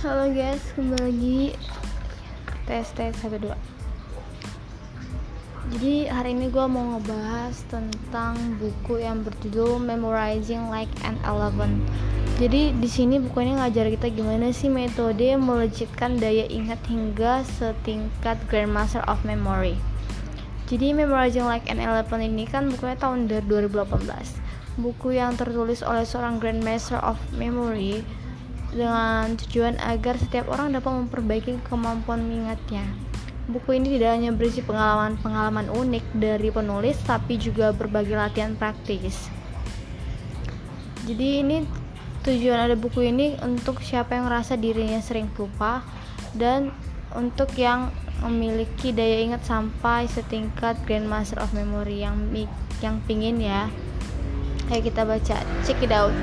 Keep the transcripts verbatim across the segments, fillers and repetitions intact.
Halo guys, kembali lagi tes tes satu dua. Jadi hari ini gue mau ngebahas tentang buku yang berjudul Memorizing Like an Elephant. Jadi di sini buku ini ngajar kita gimana sih metode melejitkan daya ingat hingga setingkat Grandmaster of Memory. Jadi Memorizing Like an Elephant ini kan bukunya tahun dari dua ribu delapan belas. Buku yang tertulis oleh seorang Grandmaster of Memory dengan tujuan agar setiap orang dapat memperbaiki kemampuan mengingatnya. Buku ini tidak hanya berisi pengalaman-pengalaman unik dari penulis, tapi juga berbagai latihan praktis. Jadi ini tujuan ada buku ini untuk siapa yang merasa dirinya sering lupa, dan untuk yang memiliki daya ingat sampai setingkat Grandmaster of Memory yang yang pingin ya. Ayo kita baca, check it out.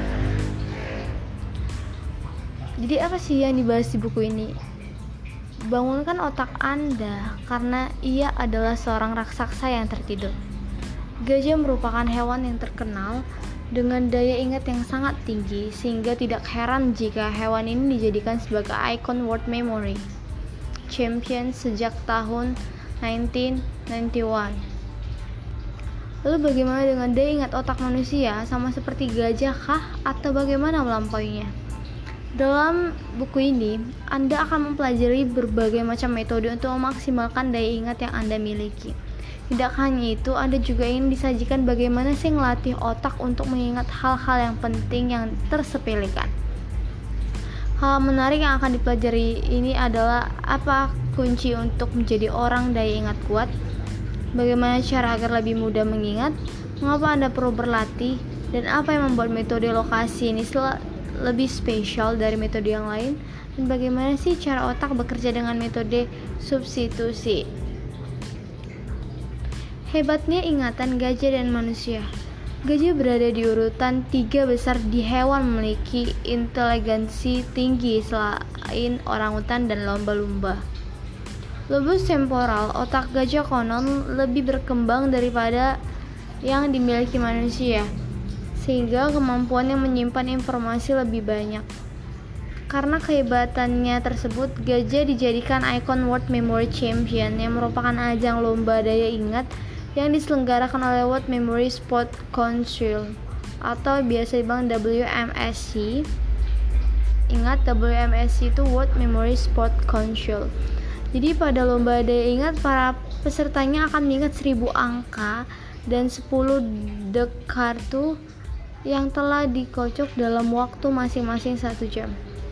Jadi apa sih yang dibahas di buku ini? Bangunkan otak Anda karena ia adalah seorang raksasa yang tertidur. Gajah merupakan hewan yang terkenal dengan daya ingat yang sangat tinggi, sehingga tidak heran jika hewan ini dijadikan sebagai ikon World Memory Champion sejak tahun nineteen ninety-one. Lalu bagaimana dengan daya ingat otak manusia? Sama seperti gajah kah? Atau bagaimana melampauinya? Dalam buku ini, Anda akan mempelajari berbagai macam metode untuk memaksimalkan daya ingat yang Anda miliki. Tidak hanya itu, Anda juga ingin disajikan bagaimana sih ngelatih otak untuk mengingat hal-hal yang penting yang tersepelekan. Hal menarik yang akan dipelajari ini adalah apa kunci untuk menjadi orang daya ingat kuat, bagaimana cara agar lebih mudah mengingat, mengapa Anda perlu berlatih, dan apa yang membuat metode lokasi ini lebih spesial dari metode yang lain, dan bagaimana sih cara otak bekerja dengan metode substitusi. Hebatnya ingatan gajah dan manusia. Gajah berada di urutan tiga besar di hewan memiliki inteligensi tinggi selain orangutan dan lumba-lumba. Lobus temporal otak gajah konon lebih berkembang daripada yang dimiliki manusia, sehingga kemampuannya menyimpan informasi lebih banyak. Karena kehebatannya tersebut, gajah dijadikan ikon World Memory Champion yang merupakan ajang lomba daya ingat yang diselenggarakan oleh World Memory Sport Council atau biasa dibilang W M S C. Ingat, W M S C itu World Memory Sport Council. Jadi pada lomba daya ingat, para pesertanya akan mengingat seribu angka dan sepuluh dek kartu yang telah dikocok dalam waktu masing-masing satu jam.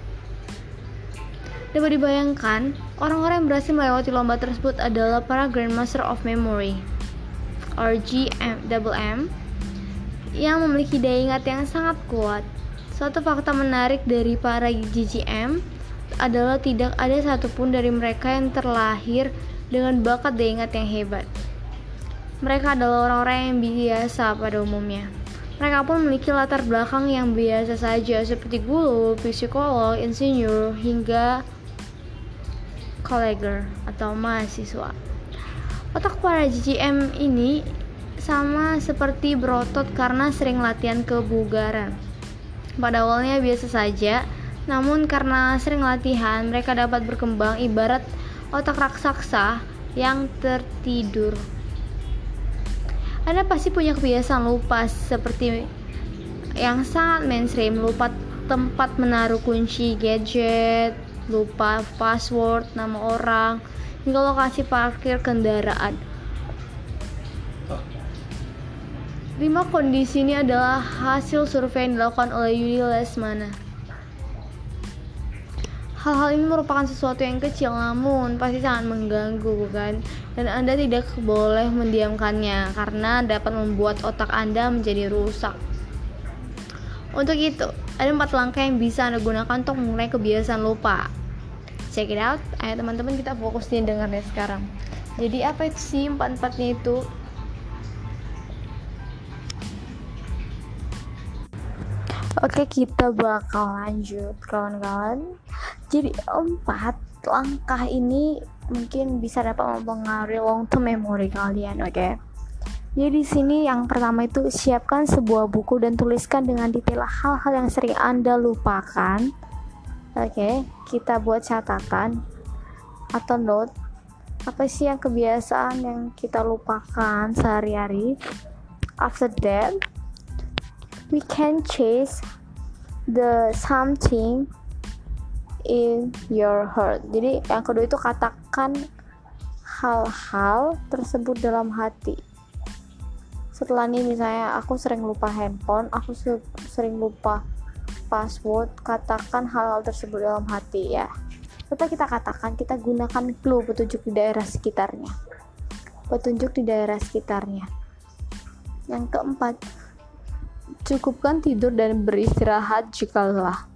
Dapat dibayangkan, orang-orang yang berhasil melewati lomba tersebut adalah para Grandmaster of Memory or G M M yang memiliki daya ingat yang sangat kuat. Suatu fakta menarik dari para G G M adalah tidak ada satupun dari mereka yang terlahir dengan bakat daya ingat yang hebat. Mereka adalah orang-orang yang biasa pada umumnya. Mereka pun memiliki latar belakang yang biasa saja, seperti guru, psikolog, insinyur, hingga koleger atau mahasiswa. Otak para G G M ini sama seperti berotot karena sering latihan kebugaran. Pada awalnya biasa saja, namun karena sering latihan, mereka dapat berkembang ibarat otak raksasa yang tertidur. Anda pasti punya kebiasaan lupa seperti yang sangat mainstream, lupa tempat menaruh kunci gadget, lupa password, nama orang, hingga lokasi parkir kendaraan. Lima kondisi ini adalah hasil survei yang dilakukan oleh Yudi Lesmana. Hal-hal ini merupakan sesuatu yang kecil namun pasti sangat mengganggu, bukan? Dan Anda tidak boleh mendiamkannya karena dapat membuat otak Anda menjadi rusak. Untuk itu, ada empat langkah yang bisa Anda gunakan untuk mengurangi kebiasaan lupa. Check it out. Ayo teman-teman, kita fokus nih dengarnya sekarang. Jadi apa itu sih empat-empatnya itu? Oke, kita bakal lanjut kawan-kawan. Jadi empat langkah ini mungkin bisa dapat mempengaruhi long term memory kalian, oke? Okay? Jadi di sini yang pertama itu siapkan sebuah buku dan tuliskan dengan detail hal-hal yang sering Anda lupakan. Oke, kita buat catatan atau note. Apa sih yang kebiasaan yang kita lupakan sehari-hari? After that, we can chase the something in your heart. Jadi yang kedua itu katakan hal-hal tersebut dalam hati. Setelah ini misalnya aku sering lupa handphone, aku sering lupa password, katakan hal-hal tersebut dalam hati ya. Setelah kita katakan, kita gunakan clue, petunjuk di daerah sekitarnya. Petunjuk di daerah sekitarnya. Yang keempat, cukupkan tidur dan beristirahat jika lelah.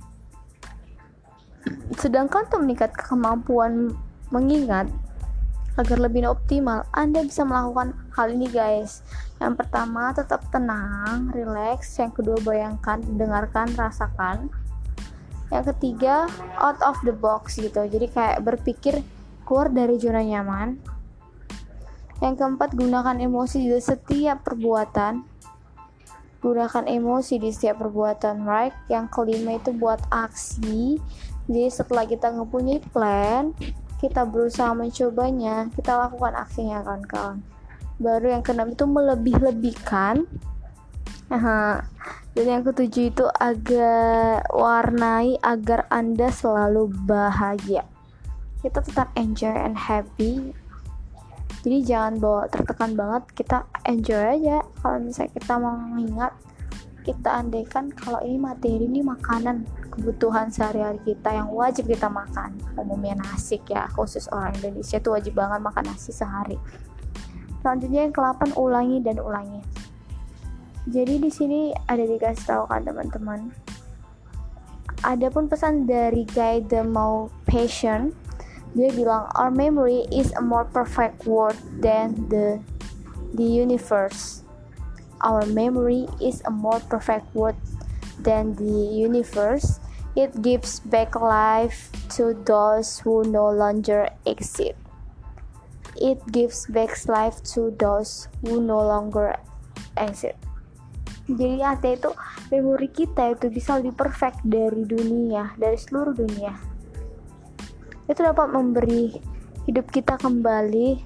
Sedangkan untuk meningkatkan kemampuan mengingat agar lebih optimal, Anda bisa melakukan hal ini guys. Yang pertama, tetap tenang, relax. Yang kedua, bayangkan, dengarkan, rasakan. Yang ketiga, out of the box gitu, jadi kayak berpikir keluar dari zona nyaman. Yang keempat, gunakan emosi di setiap perbuatan. Gunakan emosi di setiap perbuatan, right? Yang kelima itu buat aksi. Jadi setelah kita mempunyai plan, kita berusaha mencobanya, kita lakukan aksinya kawan-kawan. Baru yang keenam itu melebih-lebihkan. Aha. Dan yang ketujuh itu agak warnai agar Anda selalu bahagia. Kita tetap enjoy and happy. Jadi jangan bawa tertekan banget, kita enjoy aja. Kalau misalnya kita mau mengingat, kita andaikan kalau ini materi, ini makanan kebutuhan sehari-hari kita yang wajib kita makan. Umumnya nasi ya, khusus orang Indonesia tuh wajib banget makan nasi sehari. Selanjutnya yang kedelapan, ulangi dan ulangi. Jadi di sini ada dikasih tahu kan teman-teman. Adapun pesan dari Guy de Maupassant, dia bilang our memory is a more perfect word than the the universe. Our memory is a more perfect word than the universe. It gives back life to those who no longer exist. It gives back life to those who no longer exist. Jadi artinya itu memori kita itu bisa lebih perfect dari dunia, dari seluruh dunia. Itu dapat memberi hidup kita kembali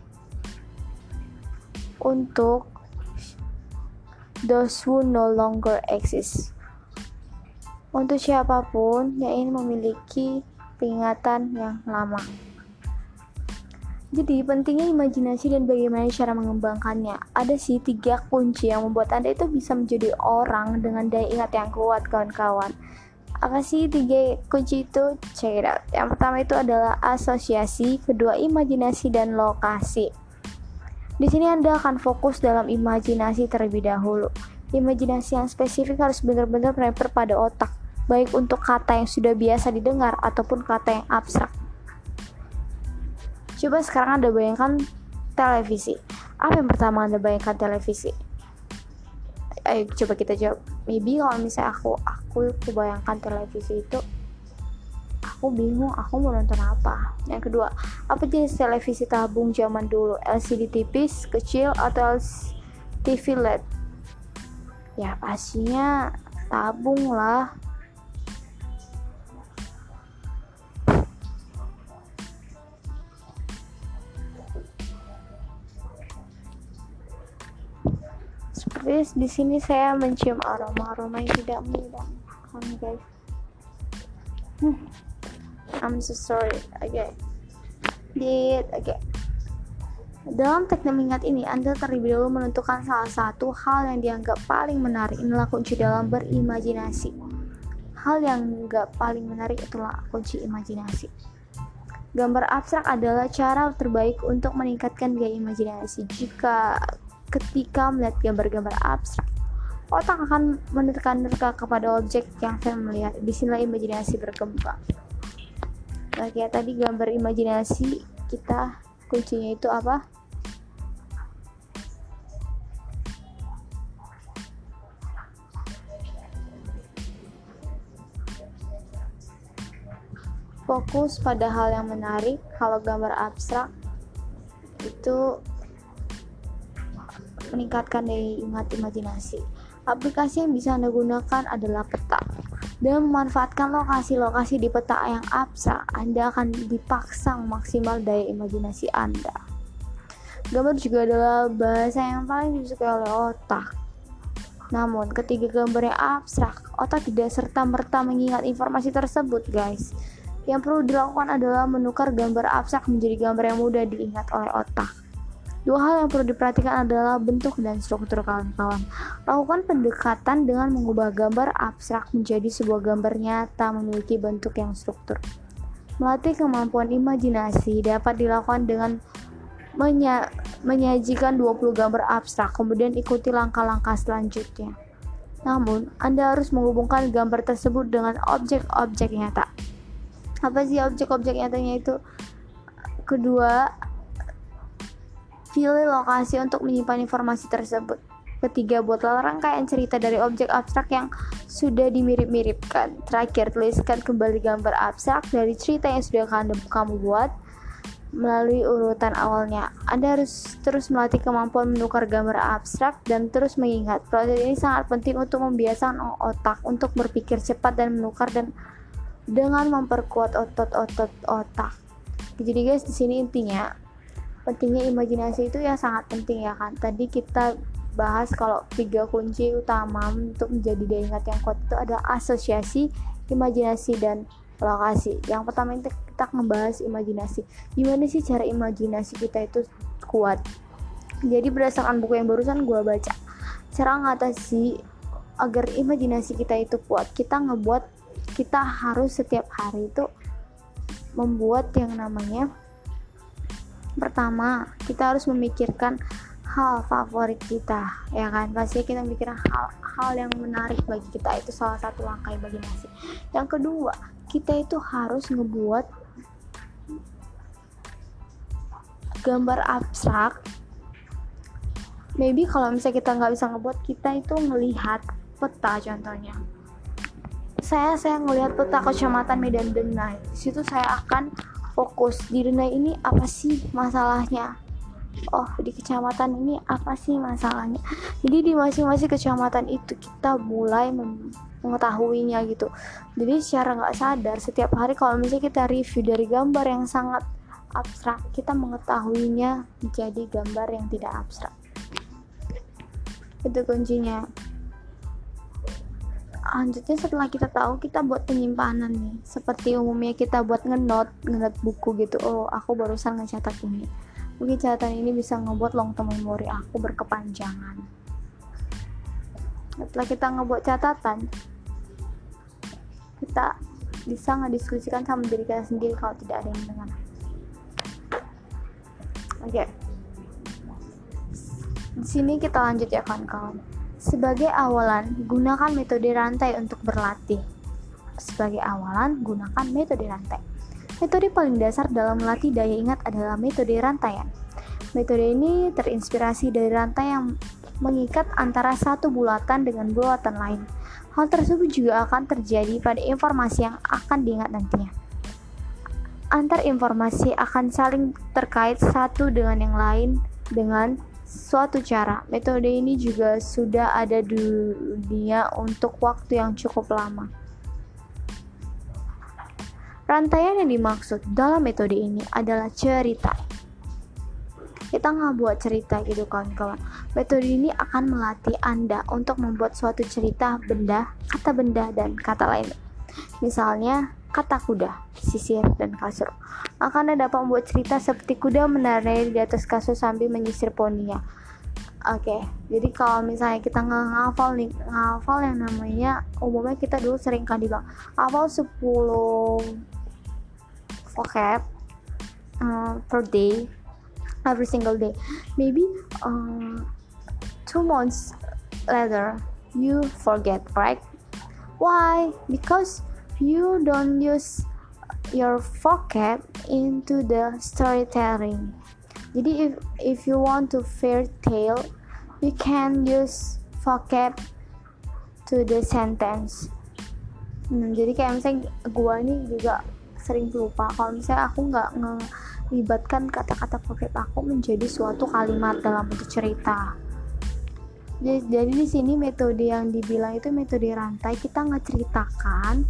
untuk those who no longer exist. Untuk siapapun yang ingin memiliki peringatan yang lama. Jadi pentingnya imajinasi dan bagaimana cara mengembangkannya. Ada sih tiga kunci yang membuat Anda itu bisa menjadi orang dengan daya ingat yang kuat kawan-kawan. Apa sih tiga kunci itu? Check it out. Yang pertama itu adalah asosiasi, kedua imajinasi dan lokasi. Di sini Anda akan fokus dalam imajinasi terlebih dahulu. Imajinasi yang spesifik harus benar-benar menempel pada otak, baik untuk kata yang sudah biasa didengar ataupun kata yang abstrak. Coba sekarang Anda bayangkan televisi. Apa yang pertama Anda bayangkan televisi? Ayo coba kita jawab. Maybe kalau misalnya aku aku kebayangkan televisi itu, aku bingung aku mau nonton apa. Yang kedua, apa jenis televisi tabung zaman dulu? L C D tipis, kecil, atau T V L E D? Ya pastinya tabung lah. Seperti di sini saya mencium aroma-aroma yang tidak menyenangkan, guys. Hmm. I'm so sorry. Okay. Did okay. Dalam teknik mengingat ini, Anda terlebih dahulu menentukan salah satu hal yang dianggap paling menarik. Inilah kunci dalam berimajinasi. Hal yang enggak paling menarik itulah kunci imajinasi. Gambar abstrak adalah cara terbaik untuk meningkatkan gaya imajinasi. Jika ketika melihat gambar-gambar abstrak, otak akan menerka-nerka kepada objek yang familiar. Disinilah imajinasi berkembang. Nah, kayak tadi gambar imajinasi kita, kuncinya itu apa? Fokus pada hal yang menarik. Kalau gambar abstrak itu meningkatkan daya ingat imajinasi. Aplikasi yang bisa Anda gunakan adalah peta. Dengan memanfaatkan lokasi-lokasi di peta yang abstrak, Anda akan dipaksa maksimal daya imajinasi Anda. Gambar juga adalah bahasa yang paling disukai oleh otak. Namun, ketika gambarnya abstrak, otak tidak serta-merta mengingat informasi tersebut, guys. Yang perlu dilakukan adalah menukar gambar abstrak menjadi gambar yang mudah diingat oleh otak. Dua hal yang perlu diperhatikan adalah bentuk dan struktur, kawan-kawan. Lakukan pendekatan dengan mengubah gambar abstrak menjadi sebuah gambar nyata memiliki bentuk yang struktur. Melatih kemampuan imajinasi dapat dilakukan dengan menya- menyajikan dua puluh gambar abstrak, kemudian ikuti langkah-langkah selanjutnya. Namun, Anda harus menghubungkan gambar tersebut dengan objek-objek nyata. Apa sih objek-objek nyatanya itu? Kedua, pilih lokasi untuk menyimpan informasi tersebut. Ketiga, buatlah rangkaian cerita dari objek abstrak yang sudah dimirip-miripkan. Terakhir, tuliskan kembali gambar abstrak dari cerita yang sudah kamu buat melalui urutan awalnya. Anda harus terus melatih kemampuan menukar gambar abstrak dan terus mengingat. Proses ini sangat penting untuk membiasakan otak untuk berpikir cepat dan menukar dan dengan memperkuat otot-otot otak. Jadi guys, di sini intinya pentingnya imajinasi itu ya sangat penting ya kan. Tadi kita bahas kalau tiga kunci utama untuk menjadi daya ingat yang kuat itu ada asosiasi, imajinasi, dan lokasi. Yang pertama itu kita ngebahas imajinasi. Gimana sih cara imajinasi kita itu kuat? Jadi berdasarkan buku yang barusan gue baca, cara ngatasi agar imajinasi kita itu kuat, kita ngebuat kita harus setiap hari itu membuat yang namanya, pertama kita harus memikirkan hal favorit kita, ya kan? Pasti kita memikirkan hal-hal yang menarik bagi kita, itu salah satu langkah imajinasi. Yang kedua, kita itu harus ngebuat gambar abstrak. Maybe kalau misalnya kita nggak bisa ngebuat, kita itu melihat peta. Contohnya saya saya ngelihat peta kecamatan Medan Denai. Di situ saya akan fokus di Denai ini apa sih masalahnya, oh di kecamatan ini apa sih masalahnya. Jadi di masing-masing kecamatan itu kita mulai mengetahuinya gitu. Jadi secara nggak sadar setiap hari kalau misalnya kita review dari gambar yang sangat abstrak, kita mengetahuinya menjadi gambar yang tidak abstrak. Itu kuncinya. Lanjutnya setelah kita tahu, kita buat penyimpanan nih. Seperti umumnya kita buat ngenot, ngenot buku gitu. Oh, aku barusan ngecatat ini. Mungkin catatan ini bisa ngebuat long term memory aku berkepanjangan. Setelah kita ngebuat catatan, kita bisa ngediskusikan sama diri kita sendiri kalau tidak ada yang mendengar. Oke. Okay. Di sini kita lanjut ya kawan-kawan. Sebagai awalan, gunakan metode rantai untuk berlatih. Sebagai awalan, gunakan metode rantai. Metode paling dasar dalam melatih daya ingat adalah metode rantaian. Metode ini terinspirasi dari rantai yang mengikat antara satu bulatan dengan bulatan lain. Hal tersebut juga akan terjadi pada informasi yang akan diingat nantinya. Antar informasi akan saling terkait satu dengan yang lain dengan suatu cara. Metode ini juga sudah ada di dunia untuk waktu yang cukup lama. Rantaian yang dimaksud dalam metode ini adalah cerita. Kita nggak buat cerita gitu kawan-kawan. Metode ini akan melatih Anda untuk membuat suatu cerita, benda, kata benda, dan kata lain. Misalnya kata kuda, sisir, dan kasur. Maka Anda dapat membuat cerita seperti kuda menari di atas kasur sambil menyisir poninya. Oke, okay, jadi kalau misalnya kita ngafal nih, ngafal yang namanya umumnya kita dulu sering kan dibilang hafal sepuluh vocab uh, per day, every single day. Maybe uh, two months later you forget, right? Why? Because you don't use your vocab into the storytelling. Jadi if if you want to fairy tale, you can use vocab to the sentence. Hmm, jadi kayak misalnya gua nih juga sering lupa kalau misalnya aku nggak ngelibatkan kata-kata vocab aku menjadi suatu kalimat dalam bentuk cerita. Jadi, jadi di sini metode yang dibilang itu metode rantai, kita ngeceritakan,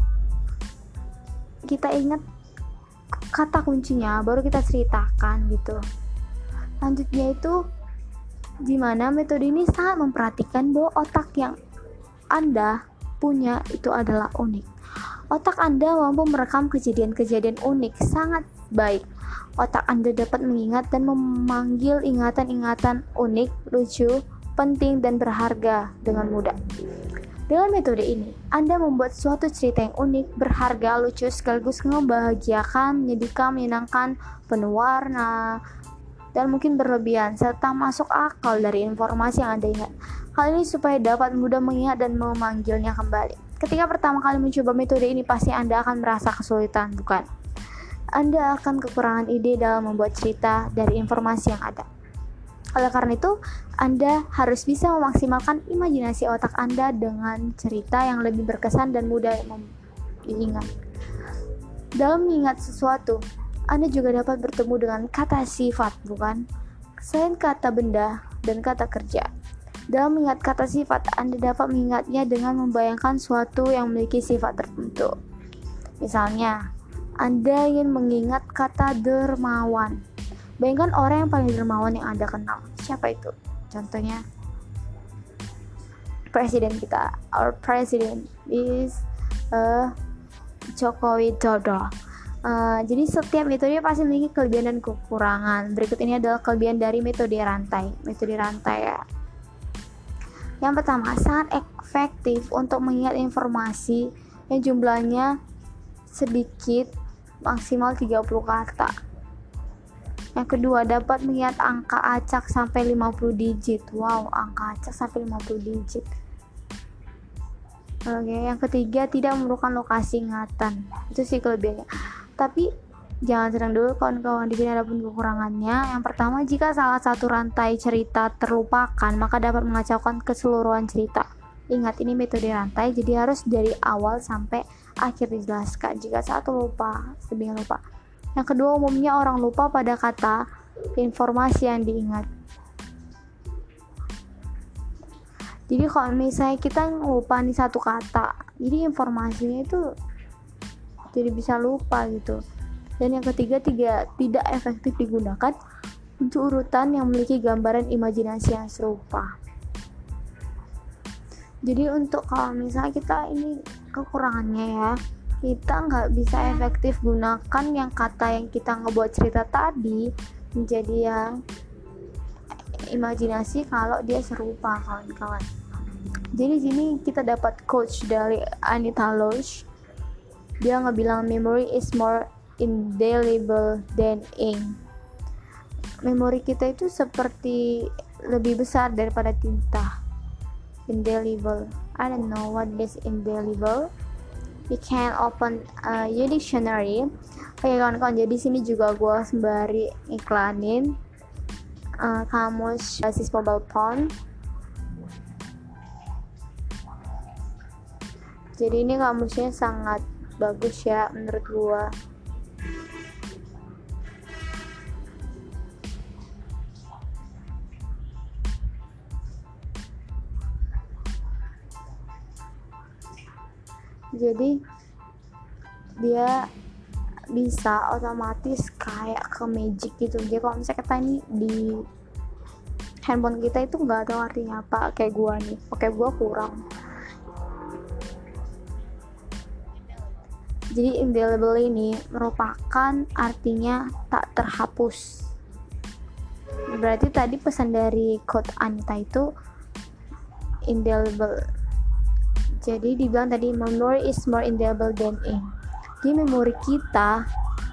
kita ingat kata kuncinya, baru kita ceritakan gitu. Lanjutnya itu dimana metode ini sangat memperhatikan bahwa otak yang Anda punya itu adalah unik. Otak Anda mampu merekam kejadian-kejadian unik sangat baik. Otak Anda dapat mengingat dan memanggil ingatan-ingatan unik, lucu, penting, dan berharga dengan mudah. Dengan metode ini, Anda membuat suatu cerita yang unik, berharga, lucu, sekaligus membahagiakan, menyedihkan, menyenangkan, penuh warna, dan mungkin berlebihan, serta masuk akal dari informasi yang Anda ingat. Hal ini supaya dapat mudah mengingat dan memanggilnya kembali. Ketika pertama kali mencoba metode ini, pasti Anda akan merasa kesulitan, bukan? Anda akan kekurangan ide dalam membuat cerita dari informasi yang ada. Oleh karena itu, Anda harus bisa memaksimalkan imajinasi otak Anda dengan cerita yang lebih berkesan dan mudah diingat. Dalam mengingat sesuatu, Anda juga dapat bertemu dengan kata sifat, bukan? Selain kata benda dan kata kerja. Dalam mengingat kata sifat, Anda dapat mengingatnya dengan membayangkan suatu yang memiliki sifat tertentu. Misalnya, Anda ingin mengingat kata dermawan. Bayangkan orang yang paling dermawan yang Anda kenal. Siapa itu? Contohnya, presiden kita. Our president is uh, Joko Widodo. Uh, jadi setiap metode pasti memiliki kelebihan dan kekurangan. Berikut ini adalah kelebihan dari metode rantai. Metode rantai ya. Yang pertama, sangat efektif untuk mengingat informasi yang jumlahnya sedikit, maksimal tiga puluh kata. Yang kedua, dapat mengingat angka acak sampai lima puluh digit. Wow, angka acak sampai lima puluh digit. Oke, yang ketiga, tidak memerlukan lokasi ingatan. Itu sih kelebihannya. Tapi jangan senang dulu kawan-kawan, di sini ada pun kekurangannya. Yang pertama, jika salah satu rantai cerita terlupakan, maka dapat mengacaukan keseluruhan cerita. Ingat, ini metode rantai, jadi harus dari awal sampai akhir dijelaskan. Jika satu lupa, sedemikian lupa. Yang kedua, umumnya orang lupa pada kata informasi yang diingat. Jadi kalau misalnya kita lupa nih satu kata, jadi informasinya itu jadi bisa lupa gitu. Dan yang ketiga, tiga, tidak efektif digunakan untuk urutan yang memiliki gambaran imajinasi yang serupa. Jadi untuk kalau misalnya kita ini kekurangannya ya, kita nggak bisa efektif gunakan yang kata yang kita ngebuat cerita tadi menjadi yang imajinasi kalau dia serupa, kawan-kawan. Jadi sini kita dapat coach dari Anita Loesch. Dia ngebilang memory is more indelible than ink. Memori kita itu seperti lebih besar daripada tinta. Indelible. I don't know what is indelible. We can open a dictionary. Oke kawan-kawan, jadi sini juga gue sembari iklanin uh, kamus basis mobile phone. Jadi ini kamusnya sangat bagus ya menurut gue. Jadi dia bisa otomatis kayak ke magic gitu. Jadi kalau misalnya kita ini di handphone kita itu nggak tahu artinya apa, kayak gua nih, oke gua kurang. Jadi indelible ini merupakan artinya tak terhapus. Berarti tadi pesan dari quote Anita itu indelible. Jadi dibilang tadi memory is more indelible than ink. Jadi memori kita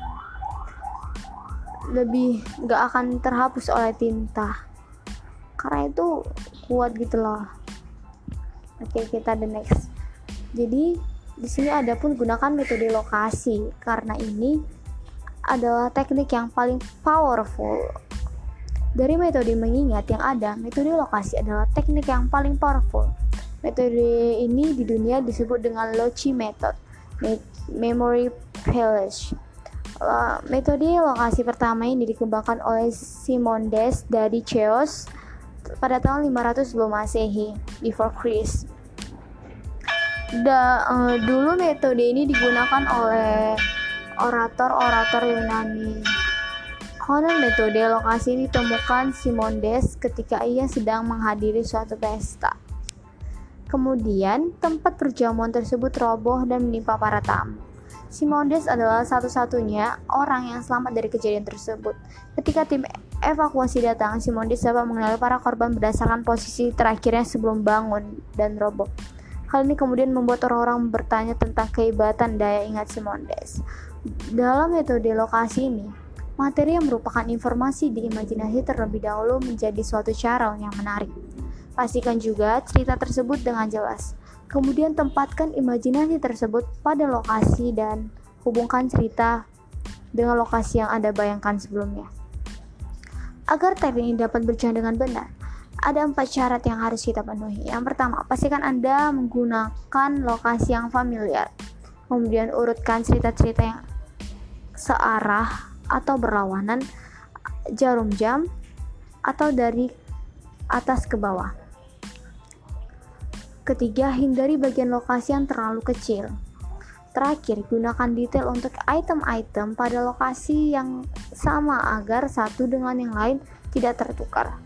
lebih gak akan terhapus oleh tinta, karena itu kuat gitu loh. Oke, kita the next. Jadi di sini ada pun gunakan metode lokasi, karena ini adalah teknik yang paling powerful. Dari metode mengingat yang ada, metode lokasi adalah teknik yang paling powerful. Metode ini di dunia disebut dengan Loci Method, Memory Palace. Uh, metode lokasi pertama ini dikembangkan oleh Simonides dari Ceos pada tahun lima ratus sebelum Masehi, before Christ. Da, uh, dulu metode ini digunakan oleh orator-orator Yunani. Konon metode lokasi ditemukan Simonides ketika ia sedang menghadiri suatu pesta. Kemudian, tempat perjamuan tersebut roboh dan menimpa para tamu. Simonides adalah satu-satunya orang yang selamat dari kejadian tersebut. Ketika tim evakuasi datang, Simonides dapat mengenali para korban berdasarkan posisi terakhirnya sebelum bangun dan roboh. Hal ini kemudian membuat orang-orang bertanya tentang kehebatan daya ingat Simonides. Dalam metode lokasi ini, materi yang merupakan informasi di imajinasi terlebih dahulu menjadi suatu cara yang menarik. Pastikan juga cerita tersebut dengan jelas. Kemudian tempatkan imajinasi tersebut pada lokasi dan hubungkan cerita dengan lokasi yang Anda bayangkan sebelumnya. Agar teknik ini dapat berjalan dengan benar, ada empat syarat yang harus kita penuhi. Yang pertama, pastikan Anda menggunakan lokasi yang familiar. Kemudian urutkan cerita-cerita yang searah atau berlawanan, jarum jam, atau dari atas ke bawah. Ketiga, hindari bagian lokasi yang terlalu kecil. Terakhir, gunakan detail untuk item-item pada lokasi yang sama agar satu dengan yang lain tidak tertukar.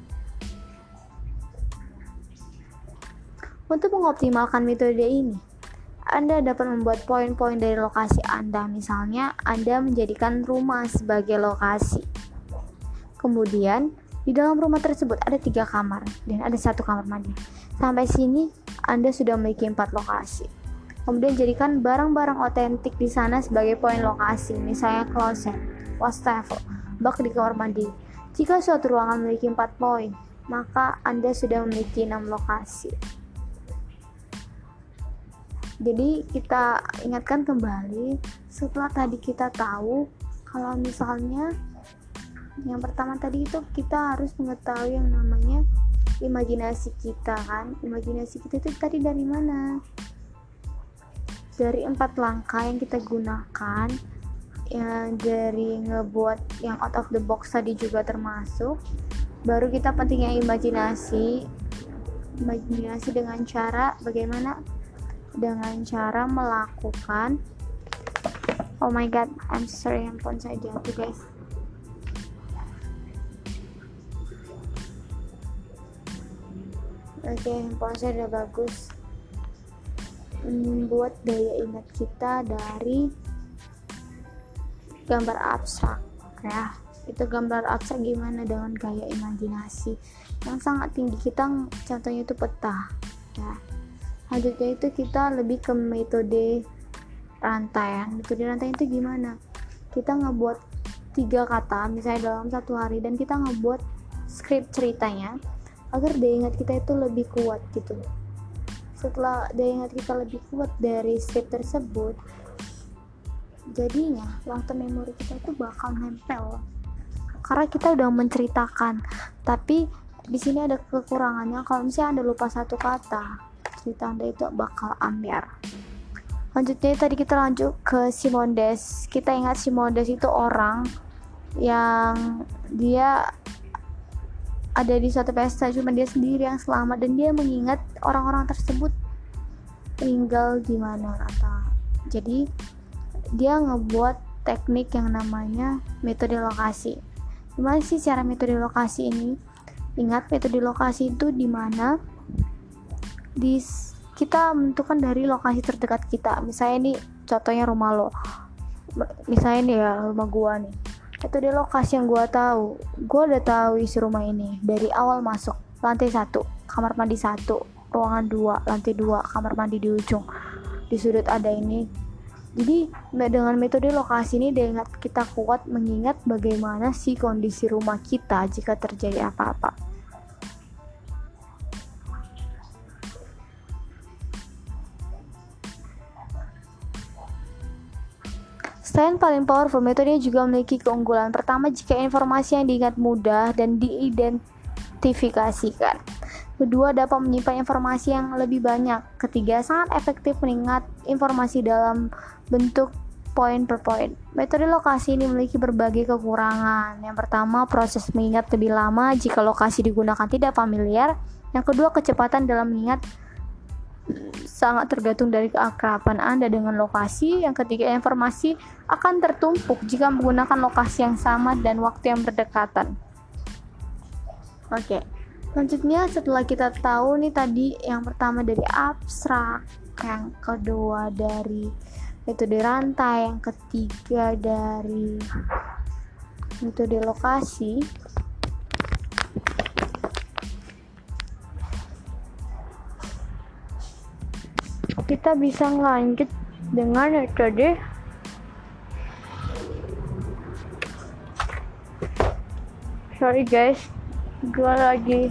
Untuk mengoptimalkan metode ini, Anda dapat membuat poin-poin dari lokasi Anda. Misalnya, Anda menjadikan rumah sebagai lokasi. Kemudian, di dalam rumah tersebut ada tiga kamar dan ada satu kamar mandi. Sampai sini, Anda sudah memiliki empat lokasi. Kemudian, jadikan barang-barang otentik di sana sebagai poin lokasi. Misalnya, kloset, wastafel, bak di kamar mandi. Jika suatu ruangan memiliki empat poin, maka Anda sudah memiliki enam lokasi. Jadi kita ingatkan kembali, setelah tadi kita tahu kalau misalnya yang pertama tadi itu kita harus mengetahui yang namanya imajinasi kita kan. Imajinasi kita itu tadi dari mana? Dari empat langkah yang kita gunakan, ya, dari ngebuat yang out of the box tadi juga termasuk. Baru kita pentingnya imajinasi. Imajinasi dengan cara bagaimana? Dengan cara melakukan oh my god, I'm sorry, handphone saya jatuh guys. Oke, okay, handphone saya udah bagus. Membuat daya ingat kita dari gambar abstrak ya. Itu gambar abstrak gimana dengan gaya imajinasi yang sangat tinggi kita, contohnya itu peta ya. Selanjutnya itu kita lebih ke metode rantaian. Metode rantaian itu gimana? Kita ngebuat tiga kata misalnya dalam satu hari dan kita ngebuat skrip ceritanya agar daya ingat kita itu lebih kuat gitu. Setelah daya ingat kita lebih kuat dari skrip tersebut, jadinya long term memory kita itu bakal nempel karena kita udah menceritakan. Tapi di sini ada kekurangannya, kalau misalnya Anda lupa satu kata, cerita Anda itu bakal ambiar. Lanjutnya tadi kita lanjut ke Simonides. Kita ingat Simonides itu orang yang dia ada di suatu pesta, cuma dia sendiri yang selamat dan dia mengingat orang-orang tersebut tinggal di mana atau jadi dia ngebuat teknik yang namanya metode lokasi. Gimana sih cara metode lokasi ini? Ingat, metode lokasi itu di mana di kita menentukan dari lokasi terdekat kita. Misalnya ini contohnya rumah lo, misalnya ini ya rumah gua nih. Itu di lokasi yang gua tahu, gua udah tahu isi rumah ini dari awal masuk. Lantai satu, kamar mandi satu, ruangan dua, lantai dua, kamar mandi di ujung, di sudut ada ini. Jadi dengan metode lokasi ini dengan kita kuat mengingat bagaimana sih kondisi rumah kita jika terjadi apa-apa. Selain paling powerful, metode juga memiliki keunggulan. Pertama, jika informasi yang diingat mudah dan diidentifikasikan. Kedua, dapat menyimpan informasi yang lebih banyak. Ketiga, sangat efektif mengingat informasi dalam bentuk poin per poin. Metode lokasi ini memiliki berbagai kekurangan. Yang pertama, proses mengingat lebih lama jika lokasi digunakan tidak familiar. Yang kedua, kecepatan dalam mengingat sangat tergantung dari keakraban Anda dengan lokasi. Yang ketiga, informasi akan tertumpuk jika menggunakan lokasi yang sama dan waktu yang berdekatan. Oke, selanjutnya setelah kita tahu nih tadi yang pertama dari abstrak, yang kedua dari metode rantai, yang ketiga dari metode lokasi. Kita bisa lanjut dengan metode sorry guys, gue lagi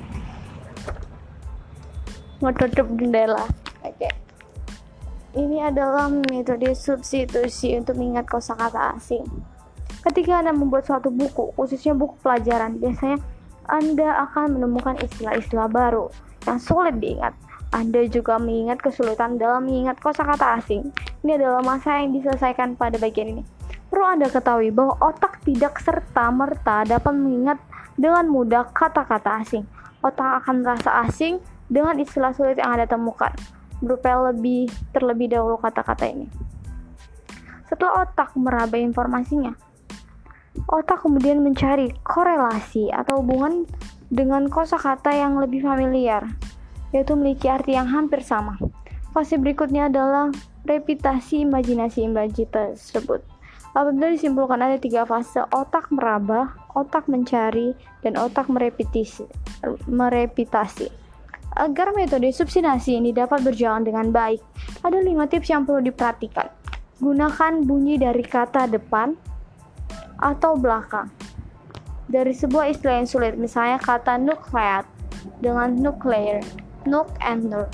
ngetutup jendela. Oke, ini adalah metode substitusi untuk mengingat kosakata asing. Ketika Anda membuat suatu buku, khususnya buku pelajaran, biasanya Anda akan menemukan istilah-istilah baru yang sulit diingat. Anda juga mengingat kesulitan dalam mengingat kosakata asing. Ini adalah masalah yang diselesaikan pada bagian ini. Perlu Anda ketahui bahwa otak tidak serta-merta dapat mengingat dengan mudah kata-kata asing. Otak akan merasa asing dengan istilah sulit yang Anda temukan. Berupaya lebih terlebih dahulu kata-kata ini. Setelah otak meraba informasinya, otak kemudian mencari korelasi atau hubungan dengan kosakata yang lebih familiar, yaitu memiliki arti yang hampir sama. Fase berikutnya adalah repitasi imajinasi-imajinasi tersebut. Apabila disimpulkan ada tiga fase: otak meraba, otak mencari, dan otak merepitasi. merepitasi. Agar metode substitusi ini dapat berjalan dengan baik, ada lima tips yang perlu diperhatikan. Gunakan bunyi dari kata depan atau belakang dari sebuah istilah yang sulit, misalnya kata nucleate dengan nuclear, nuke and nur.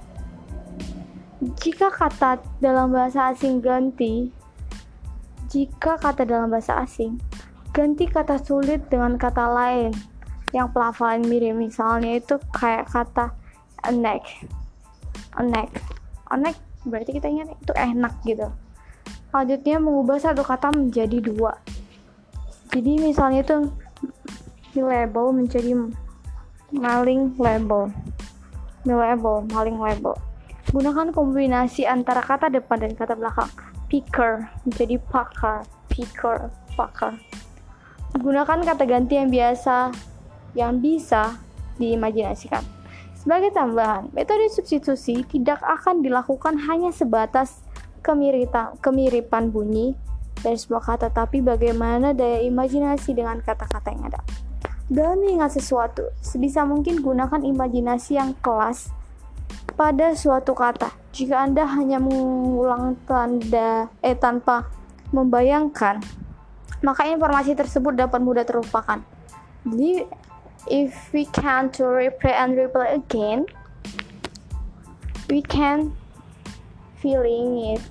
Jika kata dalam bahasa asing ganti Jika kata dalam bahasa asing, ganti kata sulit dengan kata lain yang pelafalan mirip. Misalnya itu kayak kata enak. Enak. Enak berarti kita ingat itu enak gitu. Selanjutnya mengubah satu kata menjadi dua. Jadi misalnya itu label menjadi maling label. Label, maling label. Gunakan kombinasi antara kata depan dan kata belakang. Picker menjadi packer, picker, packer. Gunakan kata ganti yang biasa yang bisa diimajinasikan. Sebagai tambahan, metode substitusi tidak akan dilakukan hanya sebatas kemiripan, kemiripan bunyi dari sebuah kata, tapi bagaimana daya imajinasi dengan kata-kata yang ada. Dalam mengingat sesuatu, sebisa mungkin gunakan imajinasi yang kelas pada suatu kata. Jika Anda hanya mengulang tanda eh tanpa membayangkan, maka informasi tersebut dapat mudah terlupakan. Jadi, if we can to replay and replay again, we can feeling it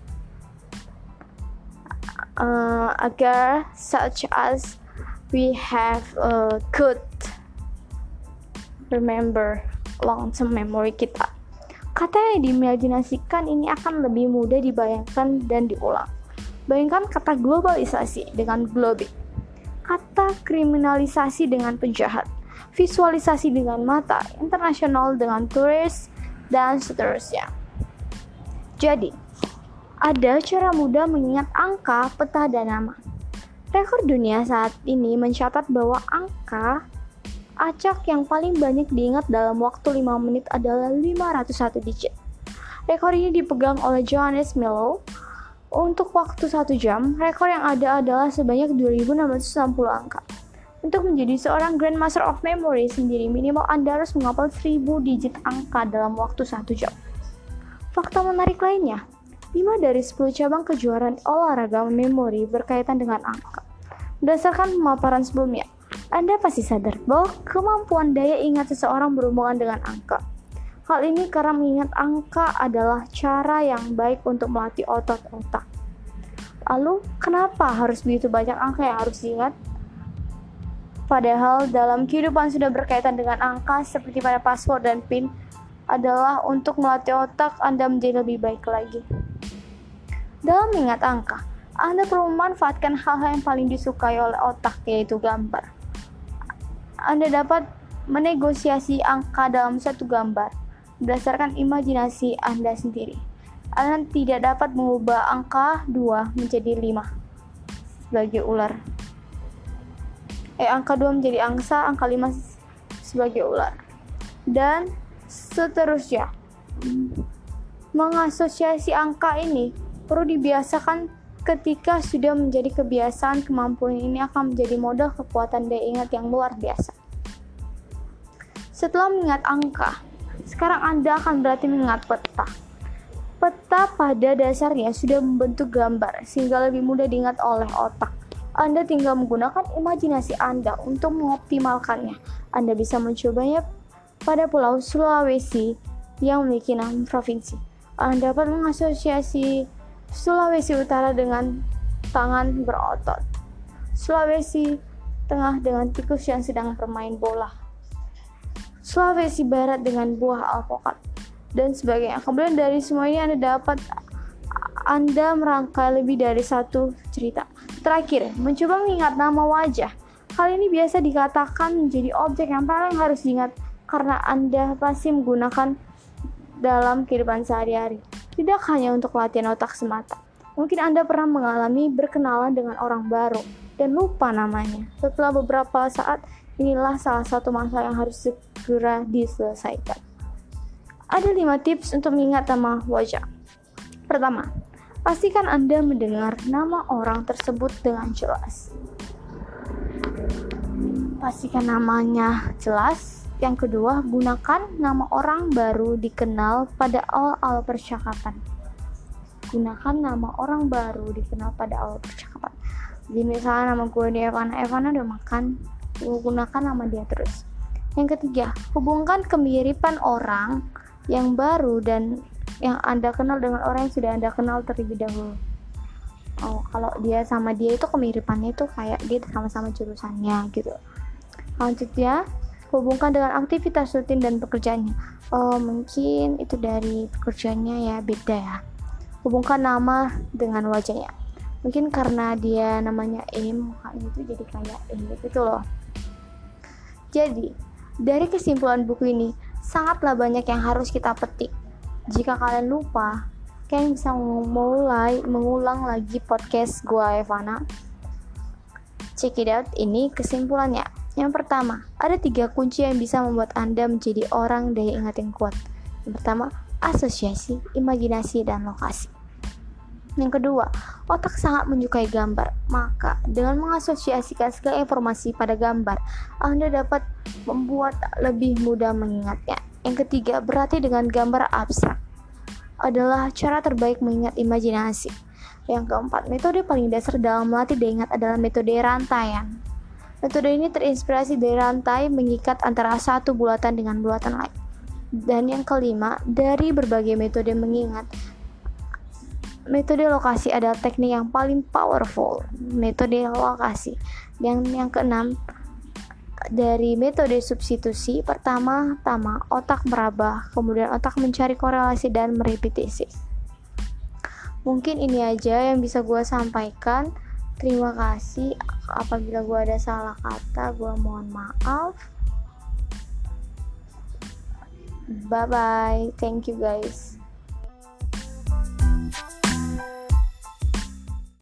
uh, agar such as we have a good remember long-term memory kita. Kata yang diimajinasikan ini akan lebih mudah dibayangkan dan diulang. Bayangkan kata globalisasi dengan globik, kata kriminalisasi dengan penjahat, visualisasi dengan mata, internasional dengan turis, dan seterusnya. Jadi, ada cara mudah mengingat angka, peta, dan nama. Rekor dunia saat ini mencatat bahwa angka acak yang paling banyak diingat dalam waktu lima menit adalah lima ratus satu digit. Rekor ini dipegang oleh Johannes Milo. Untuk waktu satu jam, rekor yang ada adalah sebanyak dua ribu enam ratus enam puluh angka. Untuk menjadi seorang Grandmaster of Memory sendiri, minimal Anda harus menghafal seribu digit angka dalam waktu satu jam. Fakta menarik lainnya, lima dari sepuluh cabang kejuaraan olahraga memori berkaitan dengan angka. Berdasarkan pemaparan sebelumnya, Anda pasti sadar bahwa kemampuan daya ingat seseorang berhubungan dengan angka. Hal ini karena mengingat angka adalah cara yang baik untuk melatih otot-otak. Lalu, kenapa harus begitu banyak angka yang harus diingat? Padahal dalam kehidupan sudah berkaitan dengan angka seperti pada password dan PIN adalah untuk melatih otak Anda menjadi lebih baik lagi. Dalam mengingat angka, Anda perlu memanfaatkan hal-hal yang paling disukai oleh otak, yaitu gambar. Anda dapat menegosiasi angka dalam satu gambar berdasarkan imajinasi Anda sendiri. Anda tidak dapat mengubah angka dua menjadi lima sebagai ular. Eh, angka dua menjadi angsa, angka lima sebagai ular. Dan seterusnya. Mengasosiasi angka ini perlu dibiasakan. Ketika sudah menjadi kebiasaan, kemampuan ini akan menjadi modal kekuatan daya ingat yang luar biasa. Setelah mengingat angka, sekarang Anda akan berarti mengingat peta. Peta pada dasarnya sudah membentuk gambar sehingga lebih mudah diingat oleh otak. Anda tinggal menggunakan imajinasi Anda untuk mengoptimalkannya. Anda bisa mencobanya pada Pulau Sulawesi yang memiliki enam provinsi. Anda dapat mengasosiasi Sulawesi Utara dengan tangan berotot, Sulawesi Tengah dengan tikus yang sedang bermain bola, Sulawesi Barat dengan buah alpukat, dan sebagainya. Kemudian dari semua ini Anda dapat Anda merangkai lebih dari satu cerita. Terakhir, mencoba mengingat nama wajah. Hal ini biasa dikatakan menjadi objek yang paling harus diingat karena Anda pasti menggunakan dalam kehidupan sehari-hari. Tidak hanya untuk latihan otak semata. Mungkin Anda pernah mengalami berkenalan dengan orang baru dan lupa namanya. Setelah beberapa saat, inilah salah satu masalah yang harus segera diselesaikan. Ada lima tips untuk mengingat nama wajah. Pertama, pastikan Anda mendengar nama orang tersebut dengan jelas. Pastikan namanya jelas. Yang kedua, gunakan nama orang baru dikenal pada awal-awal percakapan. Gunakan nama orang baru dikenal pada awal percakapan. Jadi misalnya nama gue di Evana, Evana udah makan, gue gunakan nama dia terus. Yang ketiga, hubungkan kemiripan orang yang baru dan yang Anda kenal dengan orang yang sudah Anda kenal terlebih dahulu. Oh, kalau dia sama dia itu kemiripannya itu kayak dia sama-sama jurusannya gitu. Selanjutnya, hubungkan dengan aktivitas rutin dan pekerjaannya. Oh, mungkin itu dari pekerjaannya ya beda ya. Hubungkan nama dengan wajahnya. Mungkin karena dia namanya E, mukanya itu jadi kayak E gitu loh. Jadi, dari kesimpulan buku ini, sangatlah banyak yang harus kita petik. Jika kalian lupa, kalian bisa mulai mengulang lagi podcast gua Evana. Check it out, ini kesimpulannya. Yang pertama, ada tiga kunci yang bisa membuat Anda menjadi orang daya ingat yang kuat. Yang pertama, asosiasi, imajinasi, dan lokasi. Yang kedua, otak sangat menyukai gambar. Maka, dengan mengasosiasikan segala informasi pada gambar, Anda dapat membuat lebih mudah mengingatnya. Yang ketiga, berarti dengan gambar abstrak adalah cara terbaik mengingat imajinasi. Yang keempat, metode paling dasar dalam melatih daya ingat adalah metode rantaian. Metode ini terinspirasi dari rantai mengikat antara satu bulatan dengan bulatan lain. Dan yang kelima, dari berbagai metode mengingat, metode lokasi adalah teknik yang paling powerful. Metode lokasi. Dan yang keenam, dari metode substitusi, pertama-tama otak meraba, kemudian otak mencari korelasi dan merepetisi. Mungkin ini aja yang bisa gue sampaikan. Terima kasih. Apabila gue ada salah kata, gue mohon maaf. Bye bye. Thank you guys.